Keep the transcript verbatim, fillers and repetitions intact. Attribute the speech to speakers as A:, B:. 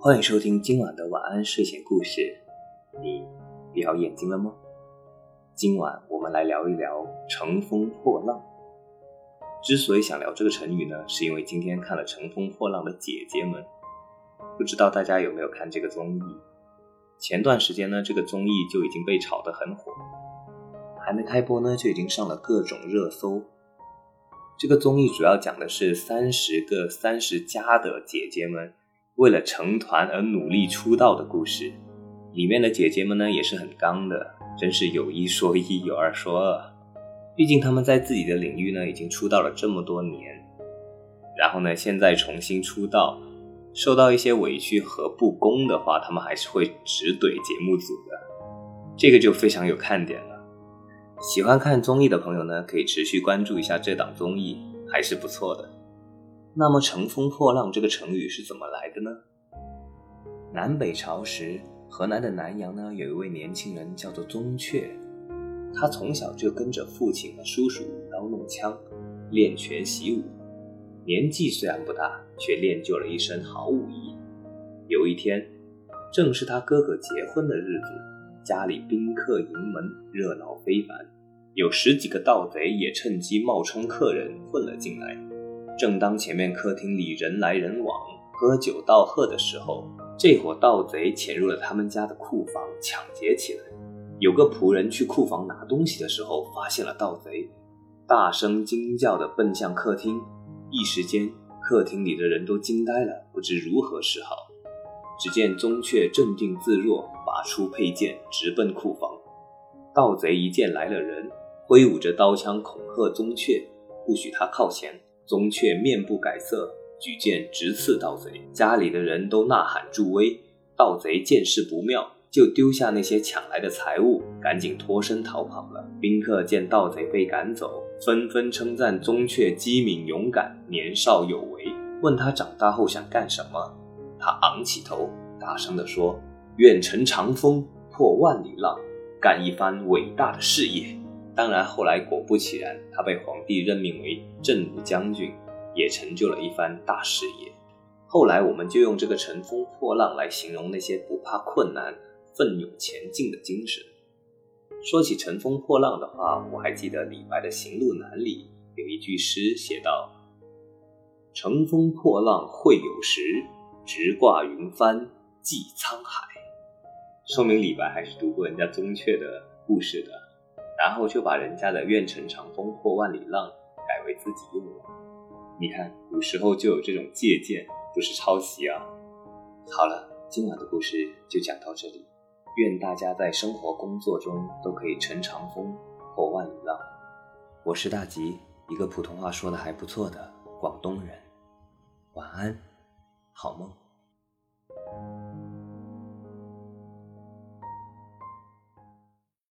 A: 欢迎收听今晚的晚安睡前故事。你闭好眼睛了吗？今晚我们来聊一聊乘风破浪。之所以想聊这个成语呢，是因为今天看了乘风破浪的姐姐们。不知道大家有没有看这个综艺？前段时间呢，这个综艺就已经被炒得很火，还没开播呢，就已经上了各种热搜。这个综艺主要讲的是三十个三十加的姐姐们为了成团而努力出道的故事。里面的姐姐们呢也是很刚的，真是有一说一，有二说二。毕竟她们在自己的领域呢已经出道了这么多年，然后呢现在重新出道，受到一些委屈和不公的话，她们还是会直怼节目组的，这个就非常有看点了。喜欢看综艺的朋友呢，可以持续关注一下这档综艺，还是不错的。那么乘风破浪这个成语是怎么来的呢？南北朝时，河南的南阳呢有一位年轻人叫做宗悫，他从小就跟着父亲和叔叔舞刀弄枪，练拳习武，年纪虽然不大，却练就了一身好武艺。有一天，正是他哥哥结婚的日子，家里宾客盈门，热闹非凡，有十几个盗贼也趁机冒充客人混了进来。正当前面客厅里人来人往，喝酒道贺的时候，这伙盗贼潜入了他们家的库房，抢劫起来。有个仆人去库房拿东西的时候，发现了盗贼，大声惊叫地奔向客厅，一时间客厅里的人都惊呆了，不知如何是好。只见宗悫镇定自若，拔出佩剑直奔库房。盗贼一见来了人，挥舞着刀枪恐吓宗悫，不许他靠前。宗悫面不改色，举剑直刺盗贼。家里的人都呐喊助威，盗贼见势不妙，就丢下那些抢来的财物，赶紧脱身逃跑了。宾客见盗贼被赶走，纷纷称赞宗悫机敏勇敢，年少有为，问他长大后想干什么。他昂起头，大声地说：愿乘长风，破万里浪，干一番伟大的事业。当然后来果不其然，他被皇帝任命为镇武将军，也成就了一番大事业。后来我们就用这个乘风破浪来形容那些不怕困难、奋勇前进的精神。说起乘风破浪的话，我还记得李白的《行路难》里有一句诗写道：乘风破浪会有时，直挂云帆济沧海。说明李白还是读过人家宗悫的故事的，然后就把人家的愿乘长风破万里浪改为自己用了。你看古时候就有这种借鉴，不是抄袭啊。好了，今晚的故事就讲到这里，愿大家在生活工作中都可以乘长风破万里浪。我是大吉，一个普通话说得还不错的广东人。晚安，好梦。